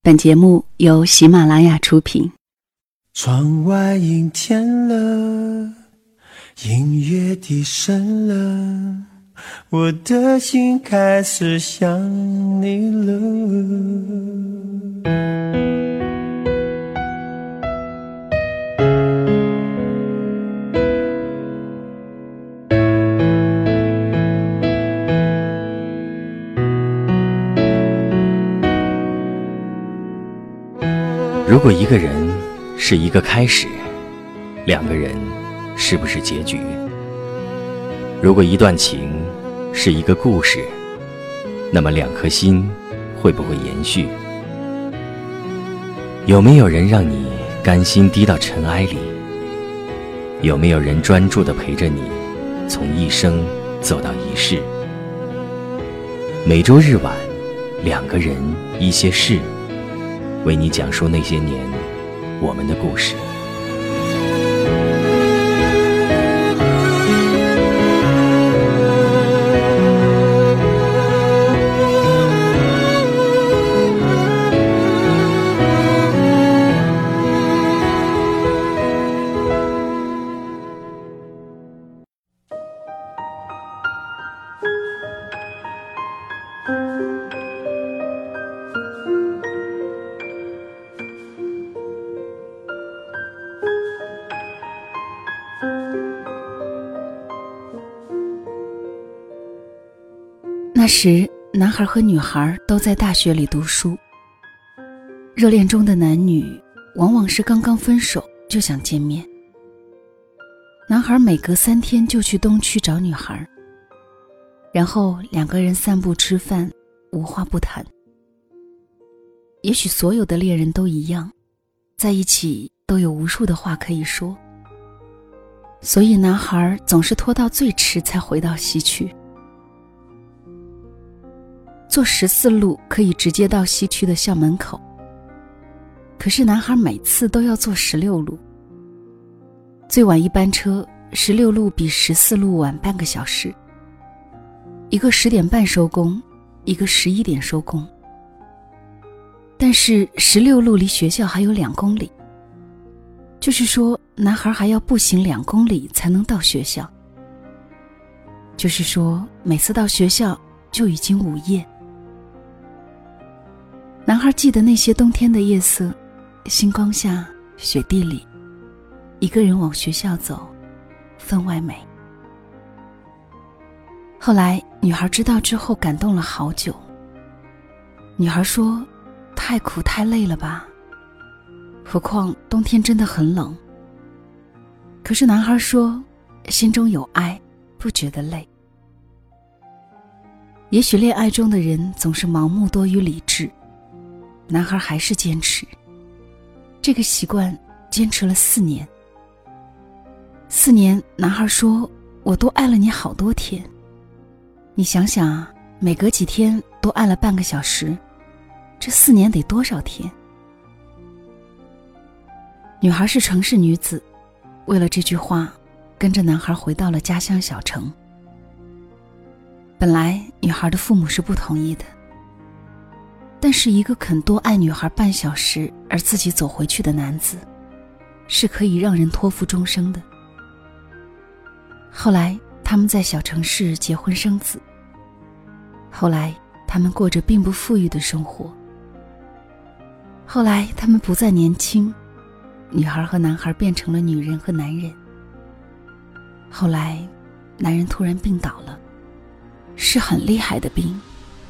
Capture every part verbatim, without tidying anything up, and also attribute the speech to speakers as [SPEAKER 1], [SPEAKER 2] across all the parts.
[SPEAKER 1] 本节目由喜马拉雅出品。
[SPEAKER 2] 窗外阴天了，音乐低声了，我的心开始想你了。
[SPEAKER 3] 如果一个人是一个开始，两个人是不是结局？如果一段情是一个故事，那么两颗心会不会延续？有没有人让你甘心低到尘埃里？有没有人专注地陪着你，从一生走到一世？每周日晚，两个人一些事，为你讲述那些年我们的故事。
[SPEAKER 1] 那时男孩和女孩都在大学里读书，热恋中的男女往往是刚刚分手就想见面。男孩每隔三天就去东区找女孩，然后两个人散步吃饭，无话不谈。也许所有的恋人都一样，在一起都有无数的话可以说，所以男孩总是拖到最迟才回到西区。坐十四路可以直接到西区的校门口，可是男孩每次都要坐十六路。最晚一班车，十六路比十四路晚半个小时。一个十点半收工，一个十一点收工。但是十六路离学校还有两公里，就是说男孩还要步行两公里才能到学校。就是说每次到学校就已经午夜。男孩记得那些冬天的夜色，星光下，雪地里，一个人往学校走，分外美。后来女孩知道之后感动了好久。女孩说，太苦太累了吧，何况冬天真的很冷。可是男孩说，心中有爱，不觉得累。也许恋爱中的人总是盲目多于理智，男孩还是坚持这个习惯，坚持了四年。四年，男孩说，我多爱了你好多天。你想想啊，每隔几天多爱了半个小时，这四年得多少天？女孩是城市女子，为了这句话，跟着男孩回到了家乡小城。本来女孩的父母是不同意的，但是一个肯多爱女孩半小时而自己走回去的男子，是可以让人托付终生的。后来他们在小城市结婚生子，后来他们过着并不富裕的生活，后来他们不再年轻，女孩和男孩变成了女人和男人。后来男人突然病倒了，是很厉害的病。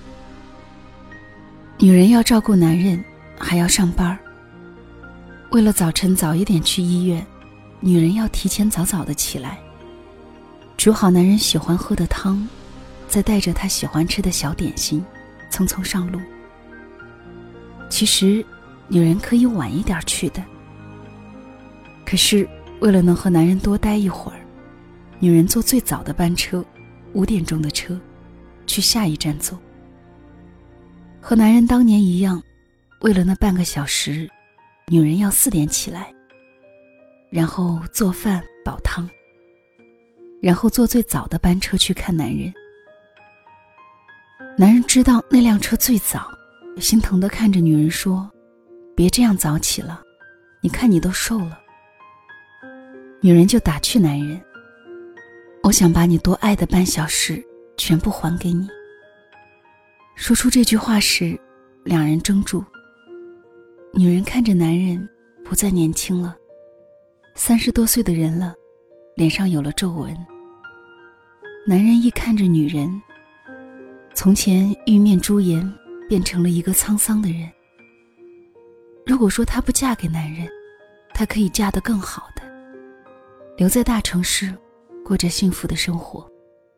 [SPEAKER 1] 女人要照顾男人，还要上班，为了早晨早一点去医院，女人要提前早早的起来，煮好男人喜欢喝的汤，再带着他喜欢吃的小点心，匆匆上路。其实女人可以晚一点去的，可是为了能和男人多待一会儿，女人坐最早的班车，五点钟的车，去下一站坐。和男人当年一样，为了那半个小时，女人要四点起来，然后做饭煲汤，然后坐最早的班车去看男人。男人知道那辆车最早，心疼地看着女人说， 别这样早起了，你看你都瘦了。女人就打趣男人，我想把你多爱的半小时全部还给你。说出这句话时，两人怔住。女人看着男人不再年轻了，三十多岁的人了，脸上有了皱纹。男人一看着女人，从前玉面朱颜变成了一个沧桑的人。如果说她不嫁给男人，她可以嫁得更好的，留在大城市过着幸福的生活。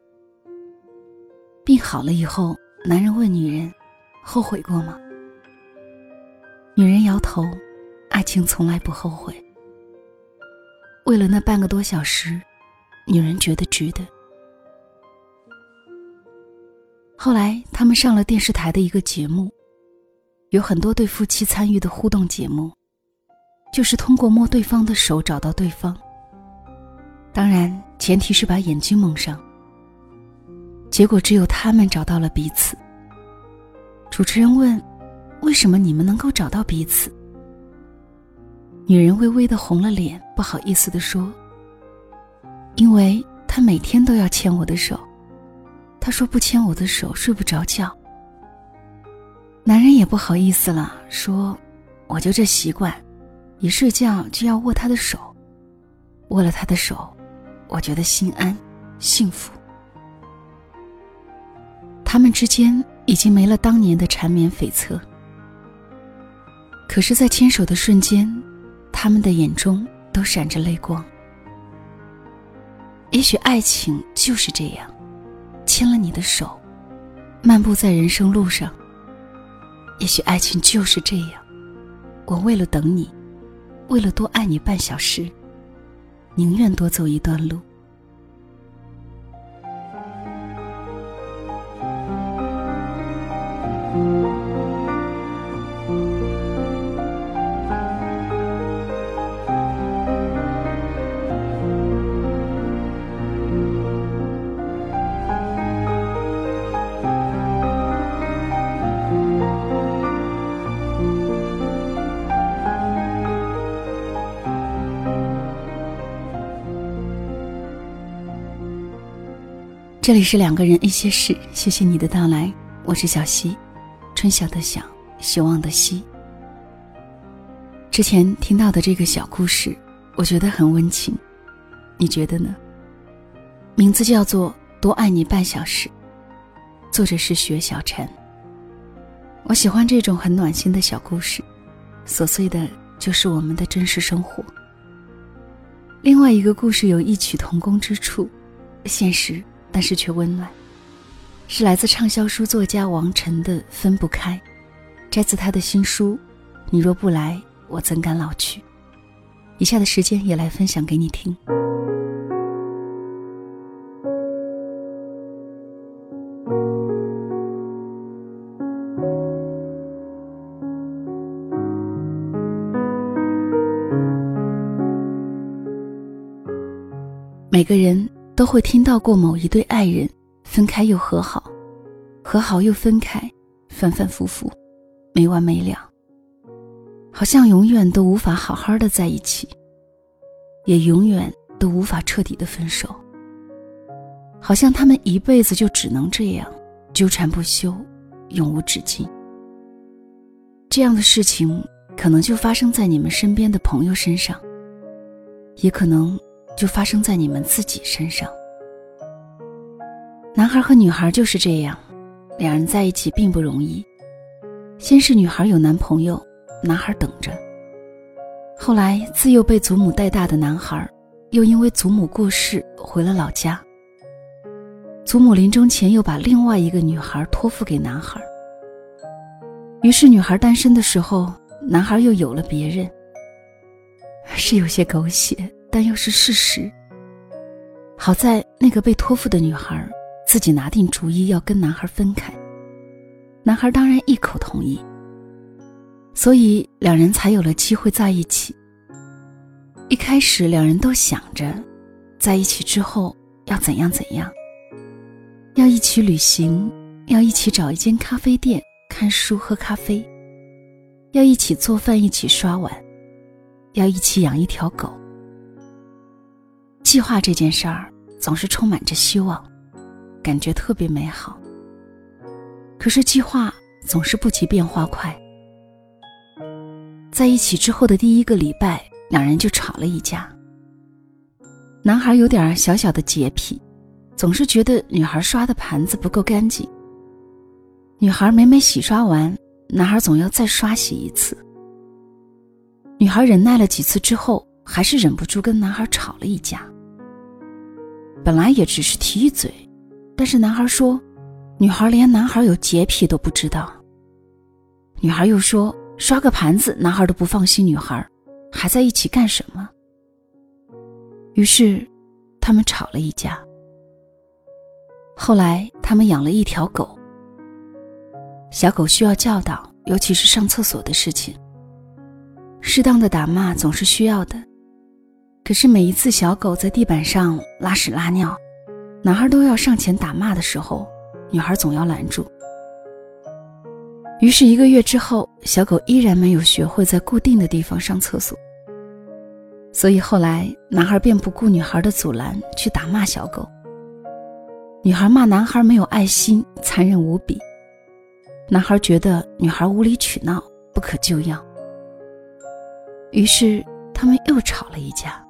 [SPEAKER 1] 病好了以后，男人问女人，后悔过吗？女人摇头，爱情从来不后悔。为了那半个多小时，女人觉得值得。后来他们上了电视台的一个节目，有很多对夫妻参与的互动节目，就是通过摸对方的手找到对方。当然前提是把眼睛蒙上。结果只有他们找到了彼此。主持人问，为什么你们能够找到彼此？女人微微地红了脸，不好意思地说，因为他每天都要牵我的手，他说不牵我的手睡不着觉。男人也不好意思了，说我就这习惯，一睡觉就要握他的手，握了他的手，我觉得心安幸福。他们之间已经没了当年的缠绵悱恻，可是在牵手的瞬间，他们的眼中都闪着泪光。也许爱情就是这样，牵了你的手，漫步在人生路上。也许爱情就是这样，我为了等你，为了多爱你半小时，宁愿多走一段路。这里是两个人一些事，谢谢你的到来，我是小溪，春晓的晓，希望的希。之前听到的这个小故事，我觉得很温情，你觉得呢？名字叫做《多爱你半小时》，作者是雪小禅。我喜欢这种很暖心的小故事，琐碎的就是我们的真实生活。另外一个故事有异曲同工之处，现实但是却温暖，是来自畅销书作家王晨的《分不开》，摘自他的新书《你若不来，我怎敢老去》。以下的时间也来分享给你听。每个人都会听到过某一对爱人分开又和好，和好又分开，反反复复，没完没了，好像永远都无法好好的在一起，也永远都无法彻底的分手，好像他们一辈子就只能这样纠缠不休，永无止境。这样的事情可能就发生在你们身边的朋友身上，也可能就发生在你们自己身上。男孩和女孩就是这样，两人在一起并不容易。先是女孩有男朋友，男孩等着。后来自幼被祖母带大的男孩，又因为祖母过世回了老家。祖母临终前又把另外一个女孩托付给男孩。于是女孩单身的时候，男孩又有了别人。是有些狗血，但又是事实。好在那个被托付的女孩自己拿定主意要跟男孩分开，男孩当然一口同意，所以两人才有了机会在一起。一开始两人都想着在一起之后要怎样怎样，要一起旅行，要一起找一间咖啡店看书喝咖啡， 要一起做饭，一起刷碗，要一起养一条狗。计划这件事儿总是充满着希望，感觉特别美好。可是计划总是不及变化快。在一起之后的第一个礼拜，两人就吵了一架。男孩有点小小的洁癖，总是觉得女孩刷的盘子不够干净。女孩每每洗刷完，男孩总要再刷洗一次。女孩忍耐了几次之后，还是忍不住跟男孩吵了一架。本来也只是提一嘴，但是男孩说女孩连男孩有洁癖都不知道。女孩又说刷个盘子男孩都不放心女孩，还在一起干什么？于是他们吵了一架。后来他们养了一条狗，小狗需要教导，尤其是上厕所的事情。适当的打骂总是需要的，可是每一次小狗在地板上拉屎拉尿，男孩都要上前打骂的时候，女孩总要拦住。于是一个月之后，小狗依然没有学会在固定的地方上厕所。所以后来男孩便不顾女孩的阻拦，去打骂小狗。女孩骂男孩没有爱心，残忍无比。男孩觉得女孩无理取闹，不可救药。于是他们又吵了一架。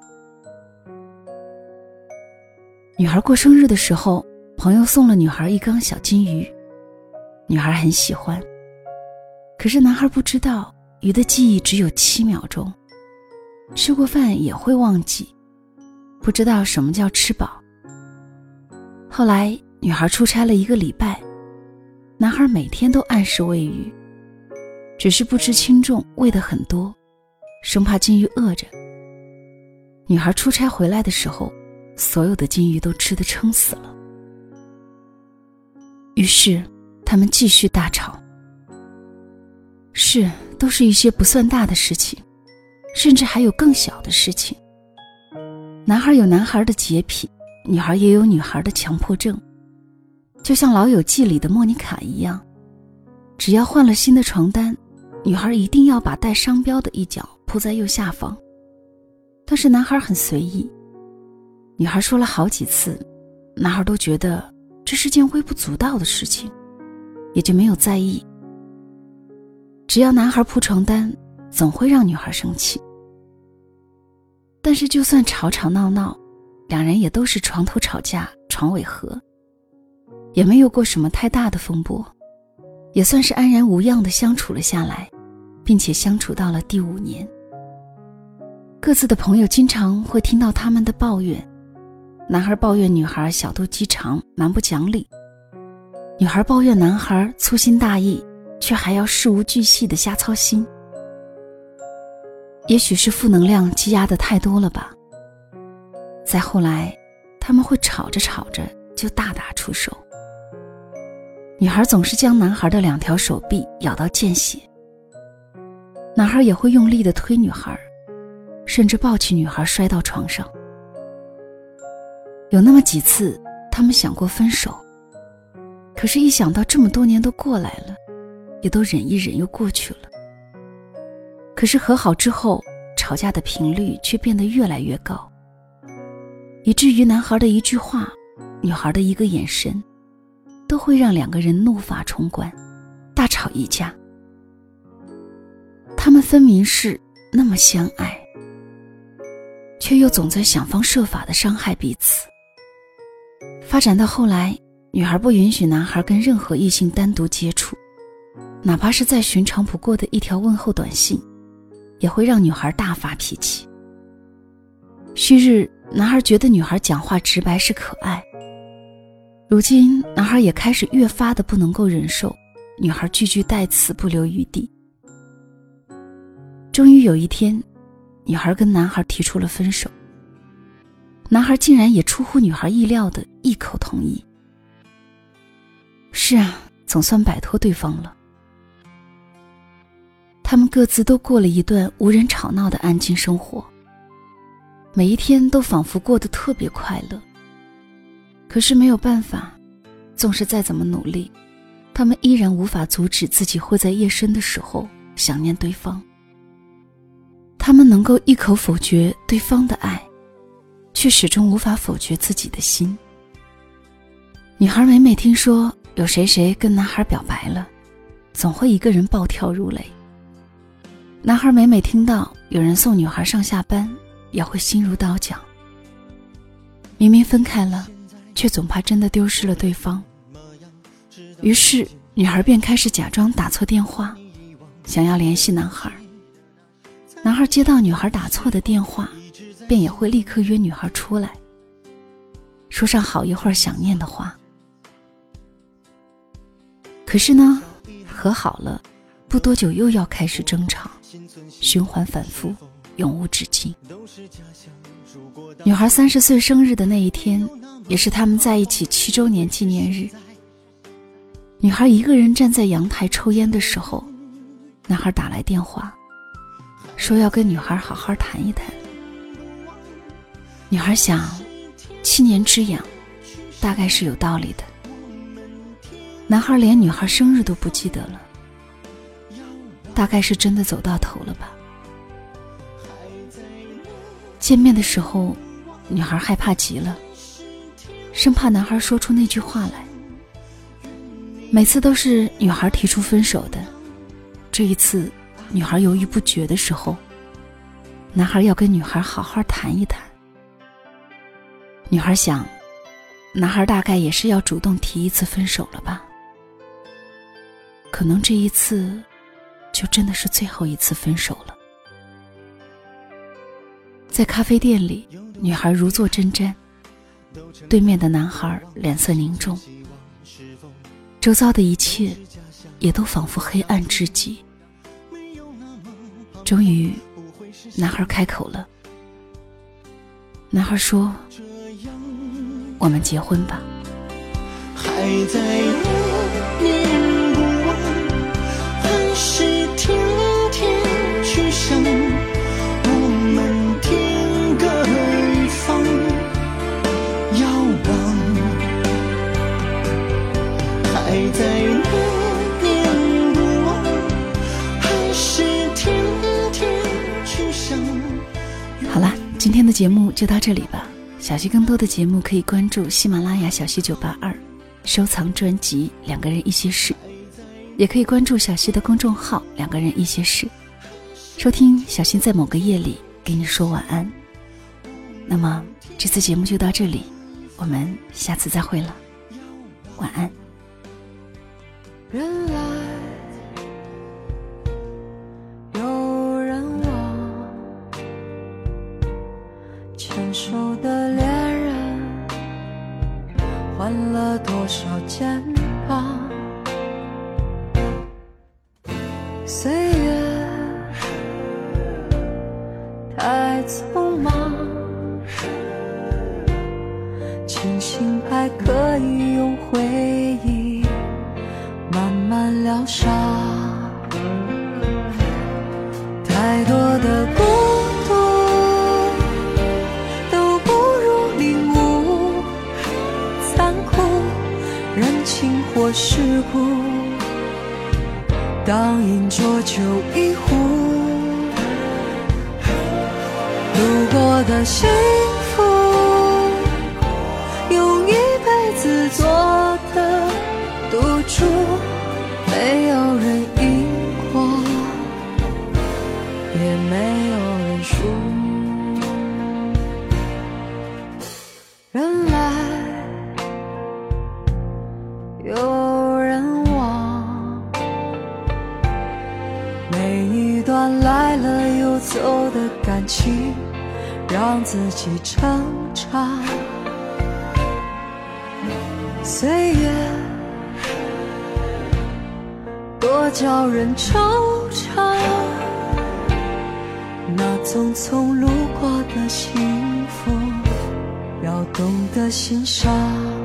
[SPEAKER 1] 女孩过生日的时候，朋友送了女孩一缸小金鱼，女孩很喜欢。可是男孩不知道，鱼的记忆只有七秒钟，吃过饭也会忘记，不知道什么叫吃饱。后来女孩出差了一个礼拜，男孩每天都按时喂鱼，只是不知轻重，喂得很多，生怕金鱼饿着。女孩出差回来的时候，所有的金鱼都吃得撑死了。于是他们继续大吵。是，都是一些不算大的事情，甚至还有更小的事情。男孩有男孩的洁癖，女孩也有女孩的强迫症。就像《老友记》里的莫妮卡一样，只要换了新的床单，女孩一定要把带商标的一角铺在右下方。但是男孩很随意，女孩说了好几次，男孩都觉得这是件微不足道的事情，也就没有在意。只要男孩铺床单，总会让女孩生气。但是就算吵吵闹闹，两人也都是床头吵架床尾和，也没有过什么太大的风波，也算是安然无恙地相处了下来，并且相处到了第五年。各自的朋友经常会听到他们的抱怨，男孩抱怨女孩小肚鸡肠，蛮不讲理；女孩抱怨男孩粗心大意，却还要事无巨细地瞎操心。也许是负能量积压的太多了吧。再后来，他们会吵着吵着就大打出手。女孩总是将男孩的两条手臂咬到见血，男孩也会用力地推女孩，甚至抱起女孩摔到床上。有那么几次，他们想过分手，可是一想到这么多年都过来了，也都忍一忍又过去了。可是和好之后，吵架的频率却变得越来越高，以至于男孩的一句话，女孩的一个眼神，都会让两个人怒发冲冠，大吵一架。他们分明是那么相爱，却又总在想方设法地伤害彼此。发展到后来，女孩不允许男孩跟任何异性单独接触，哪怕是再寻常不过的一条问候短信，也会让女孩大发脾气。昔日男孩觉得女孩讲话直白是可爱，如今男孩也开始越发的不能够忍受女孩句句带刺，不留余地。终于有一天，女孩跟男孩提出了分手，男孩竟然也出乎女孩意料的一口同意。是啊，总算摆脱对方了。他们各自都过了一段无人吵闹的安静生活，每一天都仿佛过得特别快乐。可是没有办法，纵是再怎么努力，他们依然无法阻止自己会在夜深的时候想念对方。他们能够一口否决对方的爱，却始终无法否决自己的心。女孩每每听说有谁谁跟男孩表白了，总会一个人暴跳如雷。男孩每每听到有人送女孩上下班，也会心如刀绞。明明分开了，却总怕真的丢失了对方。于是女孩便开始假装打错电话，想要联系男孩。男孩接到女孩打错的电话，便也会立刻约女孩出来，说上好一会儿想念的话。可是呢，和好了，不多久又要开始争吵，循环反复，永无止境。女孩三十岁生日的那一天，也是他们在一起七周年纪念日。女孩一个人站在阳台抽烟的时候，男孩打来电话，说要跟女孩好好谈一谈。女孩想，七年之痒，大概是有道理的。男孩连女孩生日都不记得了，大概是真的走到头了吧。见面的时候，女孩害怕极了，生怕男孩说出那句话来。每次都是女孩提出分手的，这一次女孩犹豫不决的时候，男孩要跟女孩好好谈一谈。女孩想，男孩大概也是要主动提一次分手了吧。可能这一次就真的是最后一次分手了。在咖啡店里，女孩如坐针毡，对面的男孩脸色凝重，周遭的一切也都仿佛黑暗至极。终于男孩开口了，男孩说，我们结婚吧。
[SPEAKER 2] 还在念不忘，还是天天去想，我们天各一方，遥望。还在念不忘，还是天天去想。
[SPEAKER 1] 好啦，今天的节目就到这里吧。小溪更多的节目可以关注喜马拉雅小溪九八二，收藏专辑两个人一些事，也可以关注小溪的公众号两个人一些事，收听小溪在某个夜里给你说晚安。那么这次节目就到这里，我们下次再会了，晚安。
[SPEAKER 4] 人来有人往，牵手的恋人换了多少肩膀，岁月太匆忙，庆幸还可以用回忆慢慢疗伤，太多的孤独都不如领悟残酷，人情或世故，当饮浊酒一壶，路过的幸福用一辈子做的赌注，没有人赢过，也没有人输。人来有人往，每一段来了又走的感情，让自己成长。岁月多叫人惆怅，那匆匆路过的幸福，要懂得欣赏。